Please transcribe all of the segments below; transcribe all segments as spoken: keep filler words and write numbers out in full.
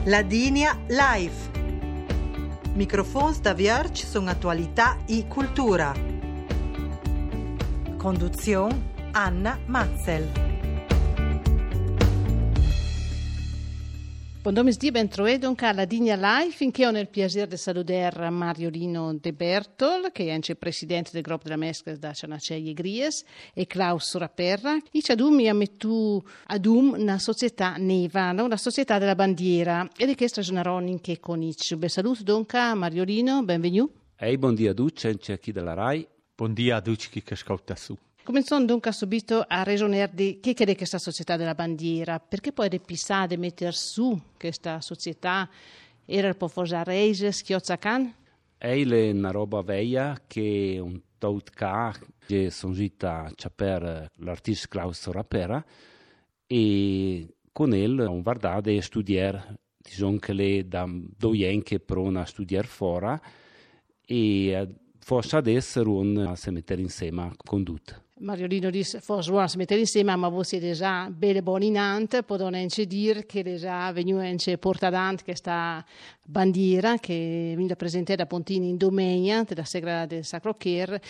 Ladinia Live. Microfons da Vierge sono attualità e cultura. Conduzione Anna Matzel. Buon domesdì, ben trovato alla Digna Live, finché ho il piacere di salutare Mariolino De Bertol, che è anche presidente del gruppo della Mesca da Cianaceglie Gries, e Klaus Raperra. E ci adum mi ha messo ad um una società neva, no? La società della bandiera, e di questa giornata che con ich. Ben saluto donca Mariolino, benvenuto. Ehi, buondì a tutti, c'è chi della Rai. Buondì a tutti che ascolta su. Cominciamo dunque subito a ragionare di che è questa società della bandiera, perché poi pensare di mettere su questa società, era per fare reise, schiozza can? È una roba vecchia che un tot ca che sono gita per l'artista Klaus Rapera e con lui un guardato e studiare, diciamo che le da due che provano a studiare fuori e forse adesso un si mettere insieme con tutto. Mariolino dice forse vuole mettere insieme, ma voi siete già bene buoni in ante, possono anche dire che è già venuta portata questa bandiera che viene presentata a Pontini in domenica della Segra del Sacro Chier,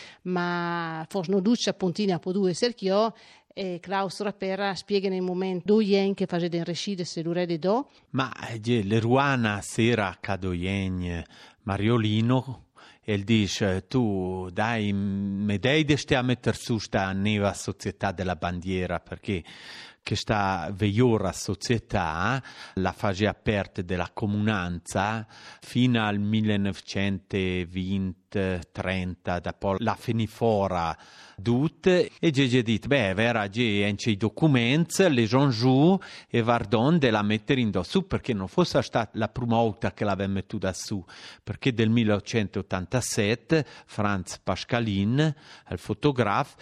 ma forse non duce a Pontini a Podù e Serchiò. E Klaus Rapera spiega nel momento dove che facete in rescide se l'urede do. Ma le ruana sera cadoien Mariolino e dice tu dai me dai de a mettere su sta nuova società della bandiera perché questa veiora società la fase aperta della comunanza fino al millenovecentoventi trenta da poi la finifora dut e Gigi dit beh vera G ence i documenti le sono giù e vardon de la mettere in su perché non fosse stata la prima volta che l'aveva mettuta su perché del milleottocentottantasette Franz Pascalin il fotografo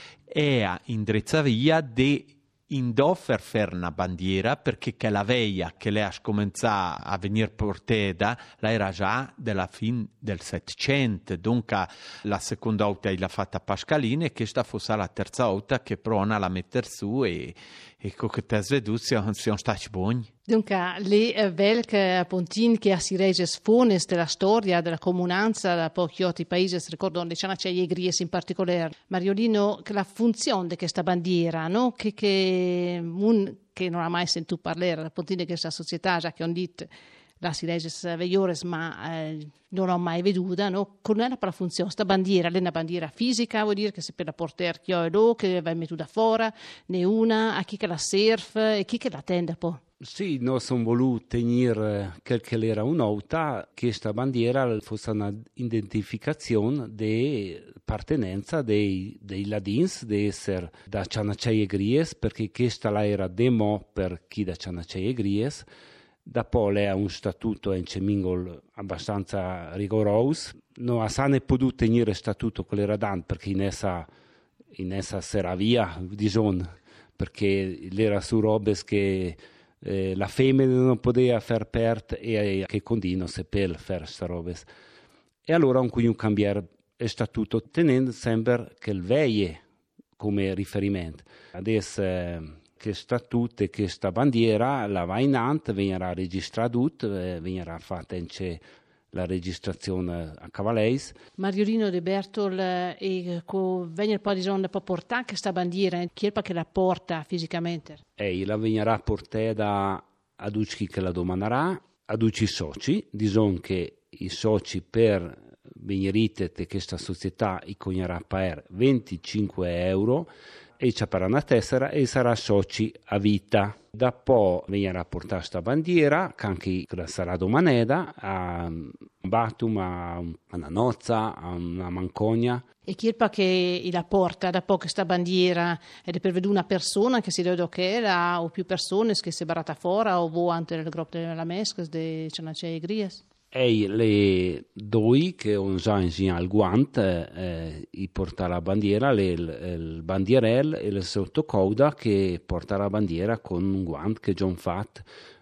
è indrizza via de indoffer fer una bandiera perché che la veia che lei ha cominciato a venire portata la era già della fine del Settecento, dunque la seconda volta l'ha fatta Pascalina e questa fosse la terza volta che prona la mettere su e ecco che te sveduti siamo, siamo stati buoni. Dunque, le velche Pontin che si regge sfones della storia della comunanza da pochi altri paesi, ricordano le Cianaceglie Gries in particolare. Mariolino, che la funzione di questa bandiera, no? Che, che, un, che non ha mai sentito parlare, la Pontin di questa società, già che ho detto, la si regge veiores, ma eh, non l'ho mai veduta, no? Con la per la funzione, questa bandiera, è una bandiera fisica, vuol dire che se per la portare chi e lo, che va mettuta fuori, ne una, a chi che la serve e chi che la tende poi. Sì, noi siamo voluti tenere quel che era un'auta, che questa bandiera fosse una identificazione di appartenenza dei, dei ladins, di essere da Cianaceglie Gries, perché questa la era demo per chi da Cianaceglie Gries. Da poi ha un statuto in Cemingol abbastanza rigoroso. Non ha ne potuto tenere statuto con le Dan perché in essa, in essa sarà via, diciamo, perché l'era su robe che eh, la femmina non poteva far perdere e che continua se per fare queste robe. E allora un quindi cambiare il statuto tenendo sempre che il veie come riferimento. Adesso eh, che statuto e questa bandiera la va in ante, verrà registrata, verrà fatta anche la registrazione a Cavaleis. Mariolino De Bertol e co venire poi bisogna portare questa bandiera, chi è che la porta fisicamente? E la verrà portata a tutti che la domanderà, a tutti i soci, diciamo che i soci per venire a questa società i cognerà per venticinque euro e ci farà una tessera e sarà soci a vita. Da poi verrà portata questa bandiera, che anche sarà domaneda, a un batum, a una nozza, a una mancogna. E chi è che la porta da poco questa bandiera? È per vedere una persona che si deve che era o più persone che si è barata fuori o voi anche nel gruppo della Mesca di Cianaceglie Gries? E le due che hanno già insegnato il guante eh, i porta la bandiera, le, il, il bandierello e il sottocoda che porta la bandiera con un guante che già fatto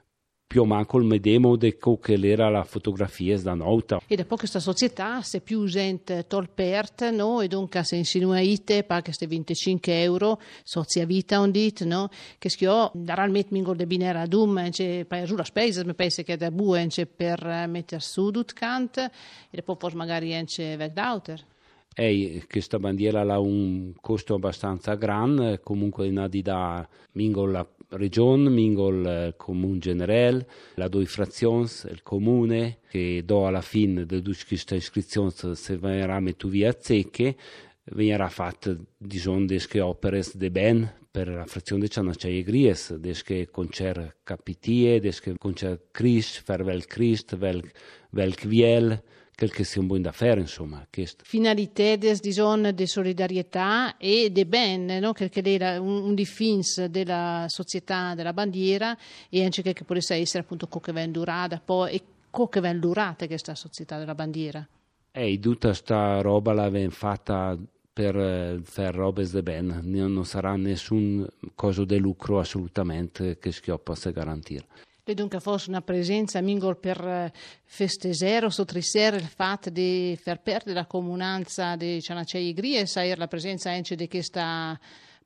più o meno col medemo di quello che era la fotografia da nota. E dopo questa società se più gente tolpert, no? E dunque se insinuaite pa queste venticinque euro sozia vita on dit, no? Che schio daralmente mingol de binera dum c'è pa giù la spesa, mi pensa che da buen c'è per metter su dut cant e dopo forse magari c'è weg d'auter. Ehi, questa bandiera ha un costo abbastanza grande, comunque in di da mingol la regione, mingol il comune generale, la due frazioni, il comune, che do alla fine di questa iscrizione se verrà messo via zecche, verrà fatta diciamo delle opere di ben per la frazione di Cianacei e Gries, delle concer capitie, delle concer Christ, fervel Christ, vel, vel Kviel, quel che sia un buon d'affare, insomma. Questo. Finalità des dison de solidarietà e de ben, no? Che era un, un difins della società della bandiera e anche che potesse essere appunto co che ven durata poi e co che ven durata questa società della bandiera. E tutta sta roba l'aveva fatta per eh, fare robe de ben, non sarà nessun coso di lucro assolutamente che Schio possa garantire. E dunque fosse una presenza mingol per festesero, sottrisere il fatto di far perdere la comunanza di Cianacei e Gries, e la presenza anche di questa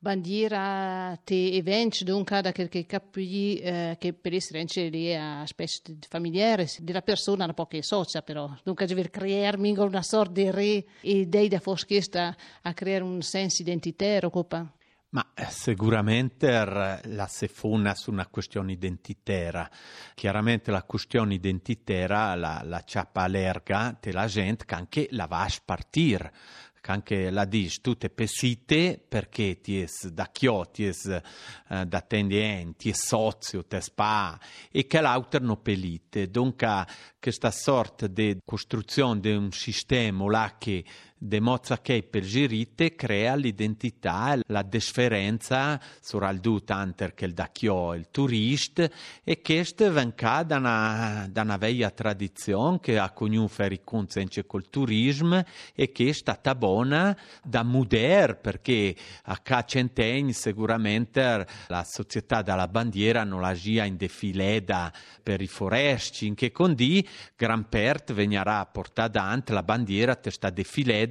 bandiera te eventi, dunque da che capi eh, che per essere anche lì a specie familiare della persona un po' che socia però, dunque deve creare mingol una sorta di re e dei da fosse questa a creare un senso identitario, copa. Ma sicuramente la se fona su una questione identitaria. Chiaramente la questione identitaria la, la ciappa allerga te la gente che anche la va a spartire. Che anche la dici, tu te pesite perché ti es da chio, ti es uh, da tendien, ti es sozio, ti es pa, e che l'altro non pelite. Dunque, questa sorta di costruzione di un sistema là che demozza che per girite crea l'identità, la differenza sur il due tanto che il da chio il turista e questo venga da una, da una vecchia tradizione che ha cognuto fare conto col turismo e che è stata buona da moderno perché a cent'anni sicuramente la società della bandiera non l'agia in defileda per i foresti in che condi gran pert venirà portata davanti la bandiera te sta defileda.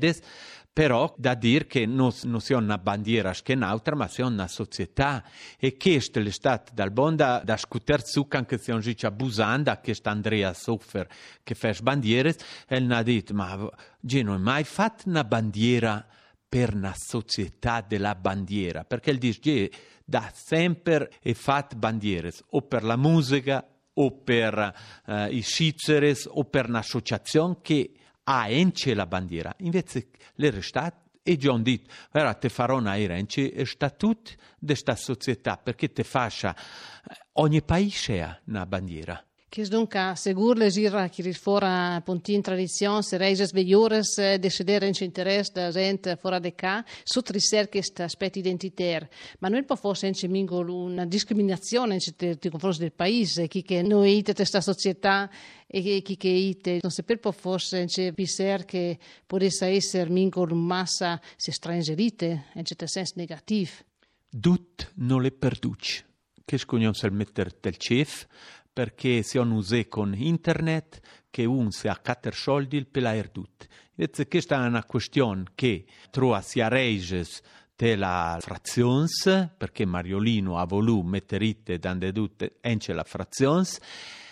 Però da dire che non, non sia una bandiera che un'altra, ma sia una società e questo è stato dal bonda da scuter su anche se non si abusando che Andrea Soffer che fa bandiere e non ha detto ma non hai mai fatto una bandiera per una società della bandiera perché il dice da sempre e fatto bandiere o per la musica o per uh, i scizzeri o per un'associazione che ha ence la bandiera, invece le restate e già hanno detto, guarda, te farò una ence e statut di questa società, perché te fascia ogni paese ha una bandiera. Che dunque, segur le gira che rifora pontin tradizione, se reises veiores de sedere in interesse da gente fuori de ca, sottrisser questo aspetto identitario. Ma non può forse anche mingolo una discriminazione nei confronti del paese, chi che noi ite questa società e chi che ite, non si può forse anche pensare che potesse essere mingolo massa se strangerite, in certo senso negativo. Dut non le perduce, che scognon se mettere del chef, perché si hanno usato con internet che un si ha catter soldi per la erdut. Invece questa è una questione che trova si arreiges della frazions, perché Mariolino ha voluto mettere dande tutte ence la frazions.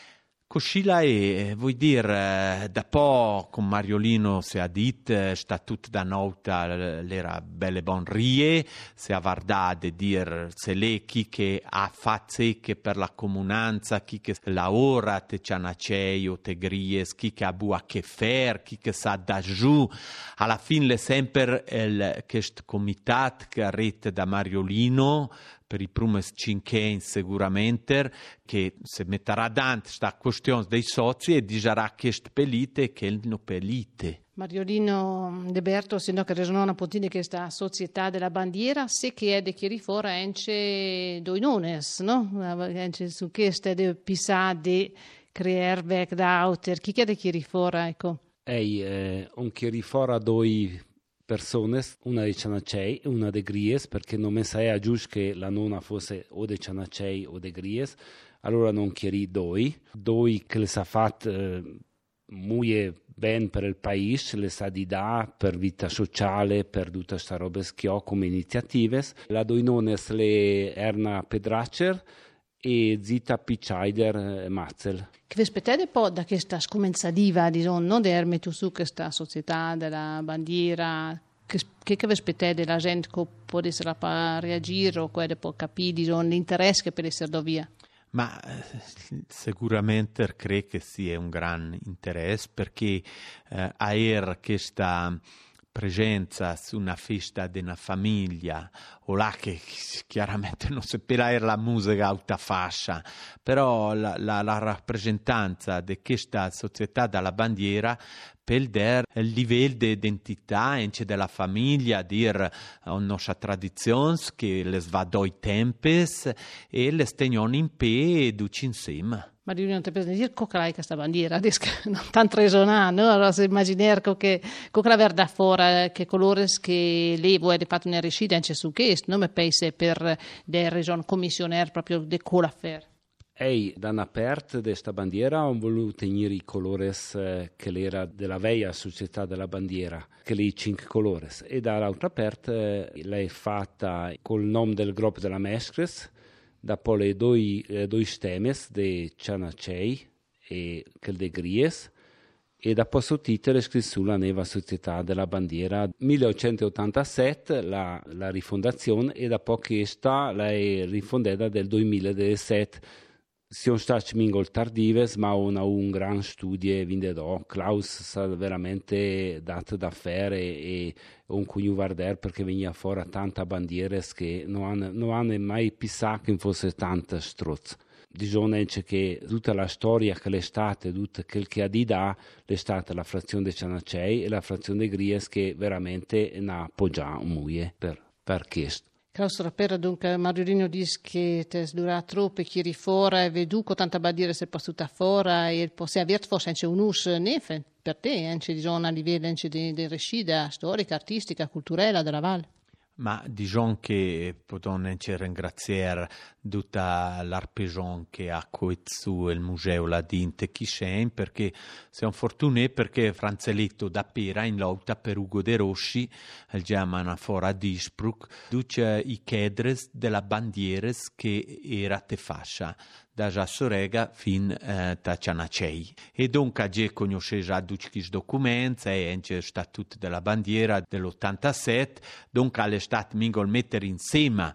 Coscila e vuol dire da po' con Mariolino si ha dit sta tutto da nota l'era belle bon rie si ha vardade dir se le chi che ha fatto che per la comunanza chi che lavora te Cianacei o te Gries chi che ha bu a che fer chi che sa da giù alla fine le sempre il questo comitat che rete da Mariolino per i primi cinque sicuramente, che si metterà davanti questa questione dei soci e dirà che è pelite e che non pelite. Mariolino De Berto, se no che resonò una pontina questa società della bandiera, se che è de chiari fora ence doi nones, no? Ence su queste de pisa de creer weg da auter, chi che de chiari fora, ecco? Ehi, eh, un chiari fora doi persone, una di Cianacei e una di Gries, perché non mi saeva giusto che la nonna fosse o di Cianacei o di Gries, allora non chiarì due, due che le sa fatto eh, molto bene per il paese, le sa di da per vita sociale, per tutta questa roba schio come iniziative. La due nonne le Erna Pedracer e Zita Picciaider Mazzel. Che vi aspettate poi da questa scomenzativa, diciamo, non di ermetu su questa società della bandiera, che, che vi aspettate la gente che può essere a reagire o che può capire, diciamo, l'interesse che per essere da via? Ma sicuramente credo che sia un gran interesse perché eh, avere questa presenza su una festa di una famiglia o là che chiaramente non si può avere la musica alta fascia, però la, la, la rappresentanza di questa società dalla bandiera per dare il livello di identità anche della famiglia, dire la nostra tradizione che le va dai tempi e le teniamo in piedi tutti insieme. Ma di non ti pensi dire cosa è questa bandiera, non tanto resonare, no? Allora se immaginare che cosa la da fuori, che colore che lei vuole fatto una riuscita anche su questo, non mi pensi per delle regioni commissionarie proprio di cosa fare. E da una parte di questa bandiera ho voluto tenere i colori eh, che era della vecchia società della bandiera, che lì cinque colori, e dall'altra parte eh, l'hai fatta col nome del gruppo della Mescres, dopo le due, le due stemes di Cianacei e quel di Gries, e dopo sottotitolo scritto sulla nuova società della bandiera milleottocentottantasette la, la rifondazione, e dopo questa l'hai rifondata del duemiladiciassette. Siamo stati mingol tardives, ma una un gran studio vindedò. Klaus sa veramente dato da fare e un cugno guardare perché veniva fuori tanta bandiere che non hanno, non hanno mai pensato che fosse tanta strozza. Bisogna che tutta la storia che è stata, tutto quel che ha di da, è stata la frazione di Cianacei e la frazione di Gries che veramente ne ha appoggiato molto per, per questo. Klaus Rapera, dunque, Mariolino dice che ti è durato troppo e chi rifora e vedu con tanta bandiera si è passata fuori e può avere forse anche un uso nefe per te, anche diciamo, a livello anche di, di rescida storica, artistica, culturale della Valle. Ma diciamo che possiamo anche ringraziare tutta l'arpegion che ha coezzu il museo Ladin di Chiscen, perché siamo fortunati perché Franzeletto da Pera in lotta per Ugo De Rossi, il chiamano fora di Innsbruck, duce i chedres della bandieres che era te fascia da già sorega fin eh, da Cianacei. E dunque già conosce già tutti questi documenti, e anche il statuto della bandiera dell'ottantasette, dunque alle state mingol mettere insieme.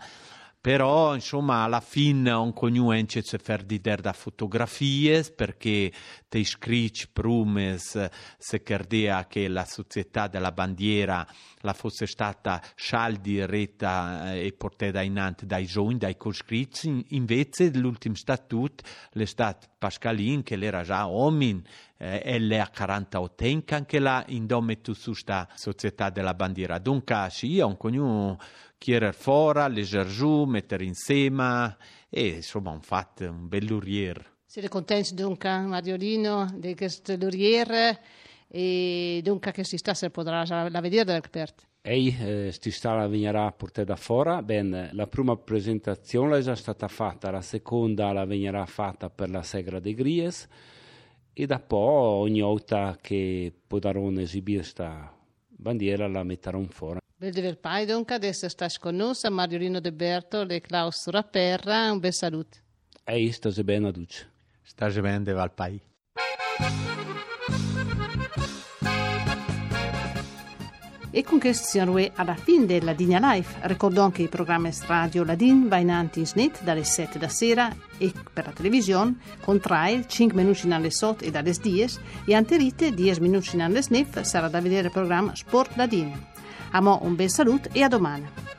Però, insomma, alla fine on cognu anche se fer di der da fotografie, perché te scrici prumes se credea che la società della bandiera la fosse stata scialdi retta e portata in avanti dai giovani, dai coscritti. Invece l'ultimo statut l'è stato Pascalin, che era già uomo, eh, lei a quarantotto anni, anche là in dometu su sta società della bandiera. Dunque, sì, on cognu chiedere fuori, leggere giù, mettere insieme e insomma un fatto, un bel lurier. Siete contenti dunque, Mariolino, di questo lurier e dunque che si sta se potrà la vedere dall'aperto? Ehi, eh, sti sta la venirà portata fuori. Ben, la prima presentazione è già stata fatta, la seconda la venirà fatta per la Segra de Gries e dopo ogni volta che potranno esibire sta bandiera la metteranno fuori. Bel del pai, dunque, adesso sta con noi, Mariolino De Berto e Klaus Rapera, un bel saluto. Ehi, state bene a tutti. State bene de Valpai. E con questo siamo alla fine della Digna Life. Ricordo che il programma Radio Ladin va in avanti in snit dalle sette da sera e per la televisione con trial cinque minuti alle sot e dalle dieci e anterite dieci minuti alle snif sarà da vedere il programma Sport Ladin. A mo un bel saluto e a domani.